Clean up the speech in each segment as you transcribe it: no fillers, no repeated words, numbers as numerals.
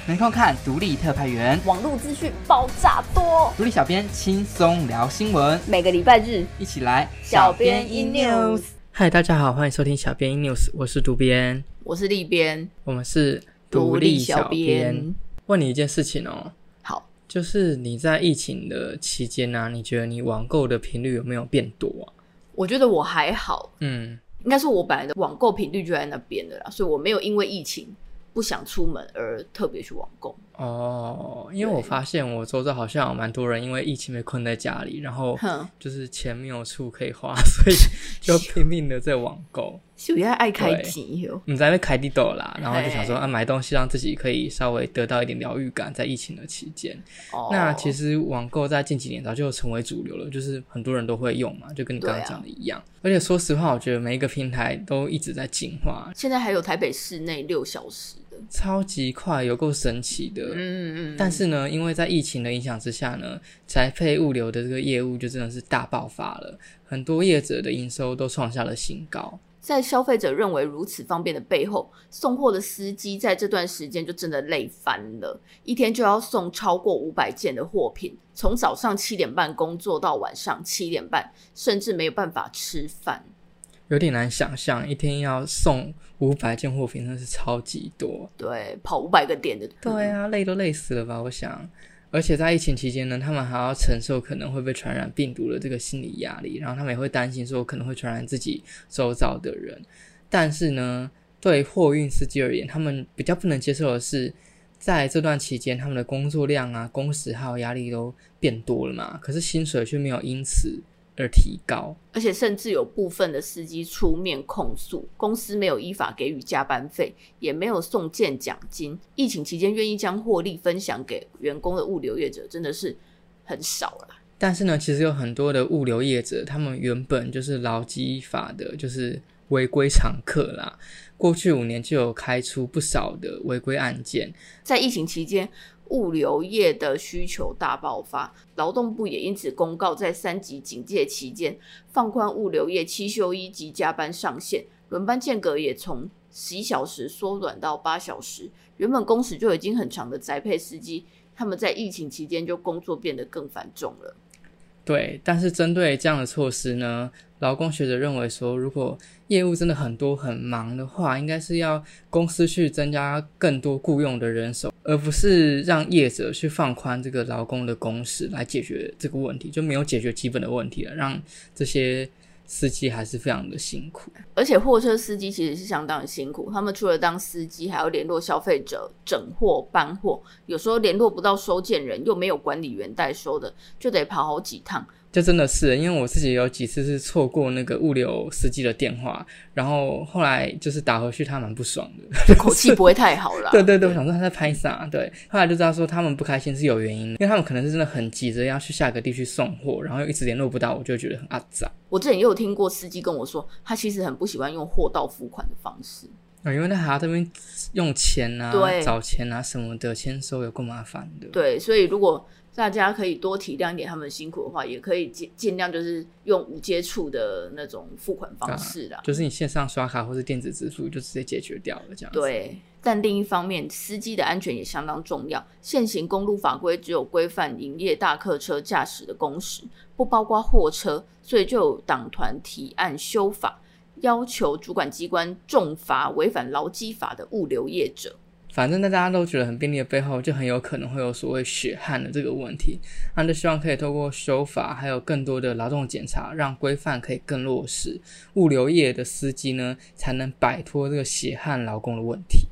没空看独立特派员， 网络资讯爆炸多， 独立小编轻松聊新闻， 每个礼拜日一起来小编 in news。 嗨，大家好，欢迎收听小编 in news， 我是独编， 我是立编， 我们是独立小编。问你一件事情哦， 好， 就是你在疫情的期间啊，你觉得你网购的频率有没有变多啊？ 我觉得我还好，应该说我本来的网购频率就在那边的啦，所以我没有因为疫情不想出门而特别去网购。 哦，因为我发现我周遭好像有蛮多人因为疫情被困在家里，然后就是钱没有处可以花，所以就拼命的在网购。 有些爱开机哟， 你在那边开地斗啦，然后就想说买东西让自己可以稍微得到一点疗愈感，在疫情的期间。那其实网购在近几年早就成为主流了，就是很多人都会用嘛，就跟你刚刚讲的一样。而且说实话，我觉得每一个平台都一直在进化。 现在还有台北市内6小时的， 超级快，有够神奇的。但是呢，因为在疫情的影响之下呢，宅配物流的这个业务就真的是大爆发了，很多业者的营收都创下了新高。 在消费者认为如此方便的背后，送货的司机在这段时间就真的累翻了，一天就要送超过500件的货品，从早上7点半工作到晚上7点半，甚至没有办法吃饭。 有点难想象，一天要送500件货品，真的是超级多。 对，跑500个店的。 对啊，累都累死了吧，我想。而且在疫情期间呢，他们还要承受可能会被传染病毒的这个心理压力，然后他们也会担心说可能会传染自己周遭的人。但是呢，对货运司机而言，他们比较不能接受的是，在这段期间他们的工作量啊、工时还有压力都变多了嘛，可是薪水却没有因此而提高， 而且甚至有部分的司机出面控诉公司没有依法给予加班费，也没有送件奖金。疫情期间愿意将获利分享给员工的物流业者真的是很少啦。 但是呢，其实有很多的物流业者，他们原本就是劳基法的就是违规常客啦，过去5年就有开出不少的违规案件。 在疫情期间，物流业的需求大爆发，劳动部也因此公告，在3级警戒期间放宽物流业7休1及加班上限，轮班间隔也从11小时缩短到8小时。原本工时就已经很长的宅配司机，他们在疫情期间就工作变得更繁重了。 对，但是针对这样的措施呢，劳工学者认为说，如果业务真的很多很忙的话，应该是要公司去增加更多雇用的人手，而不是让业者去放宽这个劳工的工时来解决这个问题，就没有解决基本的问题了，让这些司机还是非常的辛苦。 而且货车司机其实是相当的辛苦，他们除了当司机还要联络消费者、整货、搬货，有时候联络不到收件人，又没有管理员代收的，就得跑好几趟。 这真的是，因为我自己有几次是错过那个物流司机的电话，然后后来就是打回去，他蛮不爽的， 口气不会太好啦。 对对对，我想说他在拍啥？对，后来就知道说他们不开心是有原因的，因为他们可能是真的很急着要去下个地区送货，然后又一直联络不到，我就觉得很阿杂。 我之前也有听过司机跟我说，他其实很不喜欢用货到付款的方式。 因为他还要这边用钱啊、找钱啊什么的，签收有够麻烦的。 对，所以如果大家可以多体谅一点他们辛苦的话，也可以尽量就是用无接触的那种付款方式啦， 就是你线上刷卡或是电子支付就直接解决掉了这样子。 对，但另一方面，司机的安全也相当重要。现行公路法规只有规范营业大客车驾驶的工时，不包括货车，所以就有党团提案修法，要求主管机关重罚违反劳基法的物流业者。 反正大家都觉得很便利的背后，就很有可能会有所谓血汗的这个问题。那就希望可以透过修法，还有更多的劳动检查，让规范可以更落实，物流业的司机呢，才能摆脱这个血汗劳工的问题。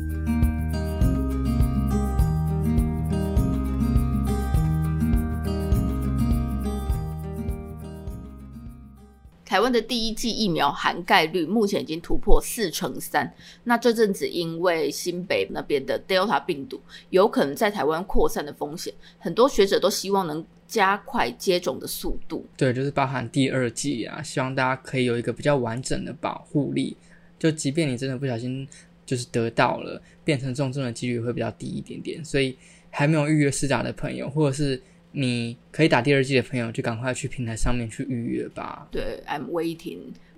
台湾的第1剂疫苗涵盖率目前已经突破43%，那这阵子因为新北那边的 Delta 病毒有可能在台湾扩散的风险，很多学者都希望能加快接种的速度。 对，就是包含第2剂啊，希望大家可以有一个比较完整的保护力，就即便你真的不小心就是得到了，变成重症的几率会比较低一点点，所以还没有预约施打的朋友，或者是你可以打第2剂的朋友，就赶快去平台上面去预约吧。 对 I'm waiting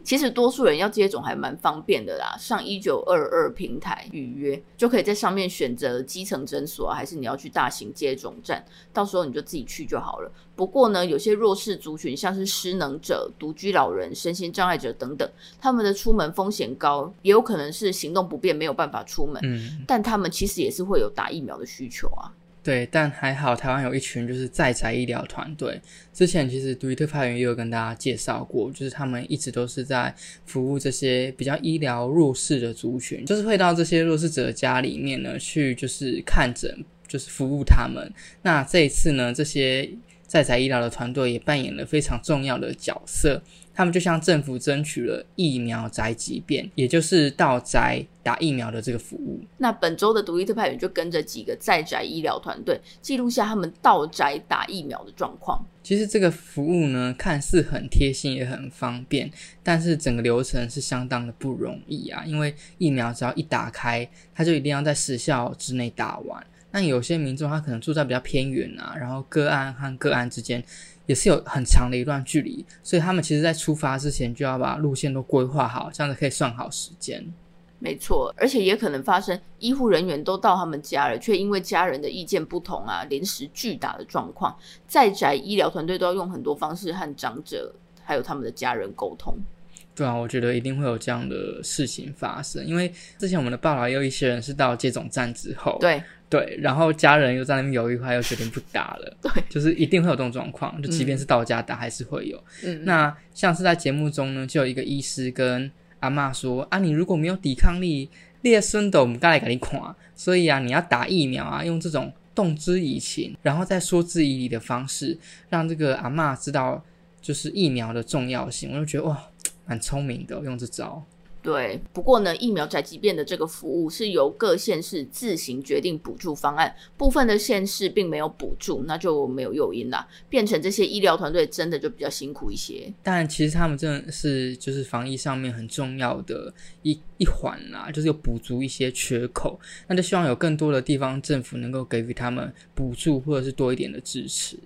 其实多数人要接种还蛮方便的啦，上1922平台预约就可以在上面选择基层诊所还是你要去大型接种站，到时候你就自己去就好了。不过呢，有些弱势族群像是失能者、独居老人、身心障碍者等等，他们的出门风险高，也有可能是行动不便没有办法出门，但他们其实也是会有打疫苗的需求啊。 对，但还好台湾有一群就是在宅医疗团队，之前其实独立特派员也有跟大家介绍过，就是他们一直都是在服务这些比较医疗弱势的族群，就是会到这些弱势者家里面呢去就是看诊，就是服务他们。那这一次呢，这些在宅医疗的团队也扮演了非常重要的角色，他们就向政府争取了疫苗宅急便，也就是到宅打疫苗的这个服务。 那本周的独立特派员就跟着几个在宅医疗团队记录下他们到宅打疫苗的状况。 其实这个服务呢看似很贴心也很方便，但是整个流程是相当的不容易啊，因为疫苗只要一打开，它就一定要在时效之内打完。那有些民众他可能住在比较偏远啊，然后个案和个案之间也是有很长的一段距离，所以他们其实在出发之前就要把路线都规划好，这样子可以算好时间。 没错，而且也可能发生医护人员都到他们家了，却因为家人的意见不同啊，临时拒打的状况，在宅医疗团队都要用很多方式和长者还有他们的家人沟通。 对啊，我觉得一定会有这样的事情发生，因为之前我们的报道也有一些人是到接种站之后，对，然后家人又在那边犹豫，他又决定不打了， 对， 就是一定会有这种状况，就即便是到家打还是会有。那像是在节目中呢，就有一个医师跟阿嬷说啊，你如果没有抵抗力，你的孙子我们该来给你看，所以啊，你要打疫苗啊，用这种动之以情，然后再说之以理的方式，让这个阿嬷知道就是疫苗的重要性。我就觉得哇，蛮聪明的，用这招。 对，不过呢，疫苗宅急便的这个服务是由各县市自行决定补助方案，部分的县市并没有补助，那就没有诱因啦，变成这些医疗团队真的就比较辛苦一些。 但其实他们真的是就是防疫上面很重要的一环啦，就是有补足一些缺口，那就希望有更多的地方政府能够给予他们补助或者是多一点的支持。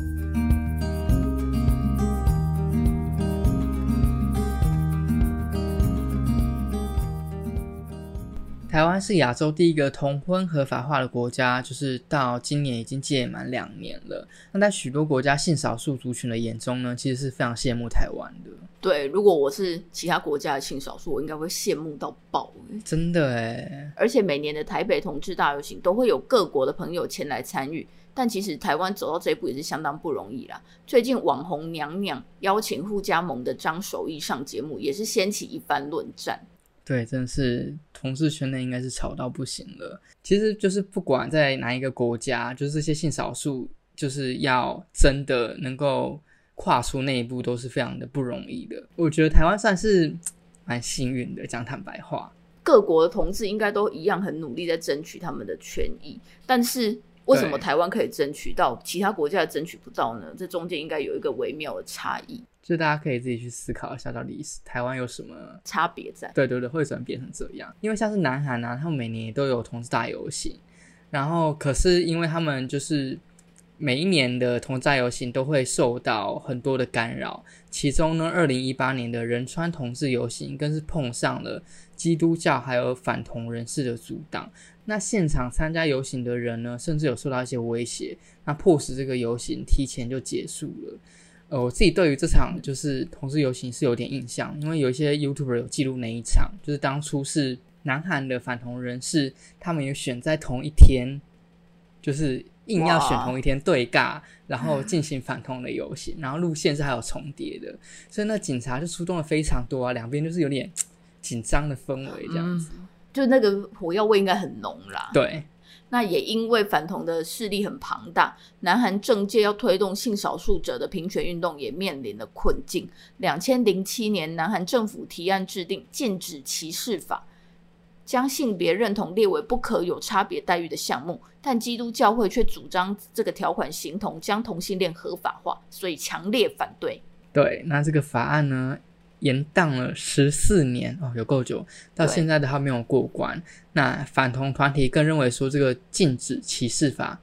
台湾是亚洲第一个同婚合法化的国家，就是到今年已经届满2年了。那在许多国家性少数族群的眼中呢，其实是非常羡慕台湾的。 对，如果我是其他国家的性少数，我应该会羡慕到爆。 真的耶。 而且每年的台北同志大游行都会有各国的朋友前来参与，但其实台湾走到这一步也是相当不容易啦。最近网红娘娘邀请互加盟的张守义上节目，也是掀起一番论战。 对，真的是同志圈内应该是吵到不行了。其实就是不管在哪一个国家，就是这些性少数就是要真的能够跨出那一步都是非常的不容易的。我觉得台湾算是蛮幸运的，讲坦白话。 各国的同志应该都一样很努力在争取他们的权益，但是为什么台湾可以争取到，其他国家争取不到呢？这中间应该有一个微妙的差异。 就大家可以自己去思考一下，到底台湾有什么差别在？ 对，会怎么变成这样？因为像是南韩啊，他们每年也都有同志大游行，然后可是因为他们就是每一年的同志大游行都会受到很多的干扰，其中呢2018年的仁川同志游行更是碰上了基督教还有反同人士的阻挡。那现场参加游行的人呢，甚至有受到一些威胁，那迫使这个游行提前就结束了。我自己对于这场就是同志游行是有点印象，因为有一些 YouTuber 有记录那一场，就是当初是南韩的反同人士，他们也选在同一天，就是硬要选同一天对尬，然后进行反同的游行，然后路线是还有重叠的，所以那警察就出动了非常多啊，两边就是有点紧张的氛围这样子。 就那个火药味应该很浓啦。 对。 那也因为反同的势力很庞大，南韩政界要推动性少数者的平权运动也面临了困境。2007年，南韩政府提案制定禁止歧视法，将性别认同列为不可有差别待遇的项目，但基督教会却主张这个条款形同将同性恋合法化，所以强烈反对。 对，那这个法案呢延宕了14年有够久，到现在都还没有过关。那反同团体更认为说，这个禁止歧视法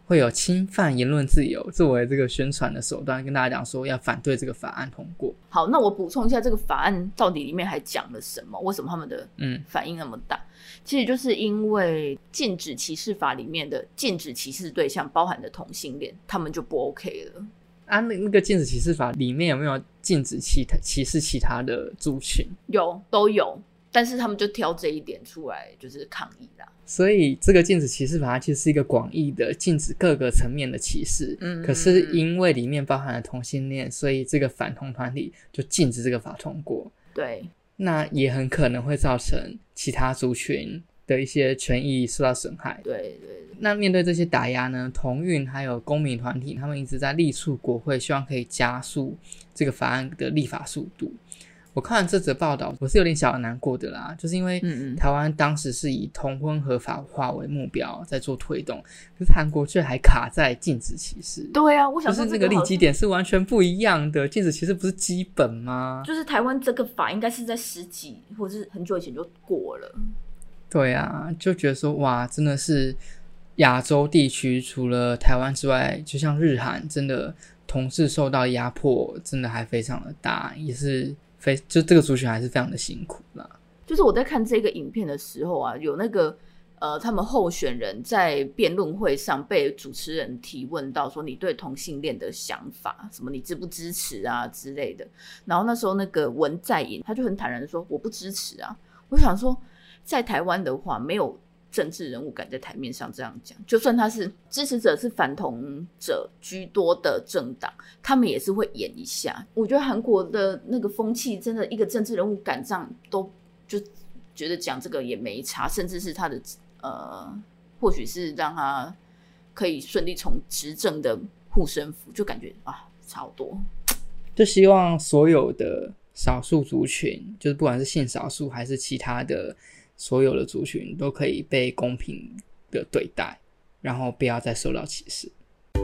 会有侵犯言论自由作为这个宣传的手段，跟大家讲说要反对这个法案通过。 好，那我补充一下，这个法案到底里面还讲了什么？为什么他们的反应那么大？其实就是因为禁止歧视法里面的禁止歧视对象包含的同性恋，他们就不 OK 了。 啊，那个禁止歧视法里面有没有禁止歧视其他的族群？ 有，都有，但是他们就挑这一点出来就是抗议啦。 所以这个禁止歧视法它其实是一个广义的禁止各个层面的歧视，可是因为里面包含了同性恋，所以这个反同团体就禁止这个法通过。 对， 那也很可能会造成其他族群的一些权益受到损害。 对， 那面对这些打压呢，同运还有公民团体他们一直在力促国会，希望可以加速这个法案的立法速度。我看完这则报道，我是有点小难过的啦，就是因为台湾当时是以同婚合法化为目标在做推动，可是韩国却还卡在禁止歧视。 对啊，我想说就是这个立基点是完全不一样的，禁止歧视不是基本吗？ 就是台湾这个法应该是在10几或是很久以前就过了。 对啊，就觉得说哇，真的是亚洲地区除了台湾之外，就像日韩，真的同志受到压迫真的还非常的大，也是就这个族群还是非常的辛苦啦。 就是我在看这个影片的时候啊，有那个他们候选人在辩论会上被主持人提问到说你对同性恋的想法，什么你支不支持啊之类的。然后那时候那个文在寅他就很坦然的说我不支持啊。我想说在台湾的话，没有政治人物敢在台面上这样讲，就算他是支持者是反同者居多的政党，他们也是会演一下。我觉得韩国的那个风气真的，一个政治人物敢这样都就觉得讲这个也没差，甚至是他的或许是让他可以顺利从执政的护身符，就感觉啊差好多。 就希望所有的少数族群，就是不管是性少数还是其他的所有的族群都可以被公平的对待，然后不要再受到歧视。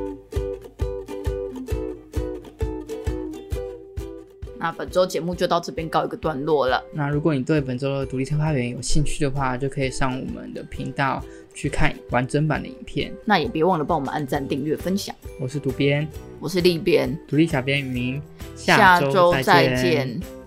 那本周节目就到这边告一个段落了。 那如果你对本周的独立特派员有兴趣的话，就可以上我们的频道去看完整版的影片。 那也别忘了帮我们按赞、订阅、分享。 我是独编， 我是立编， 独立小编与您下周再见。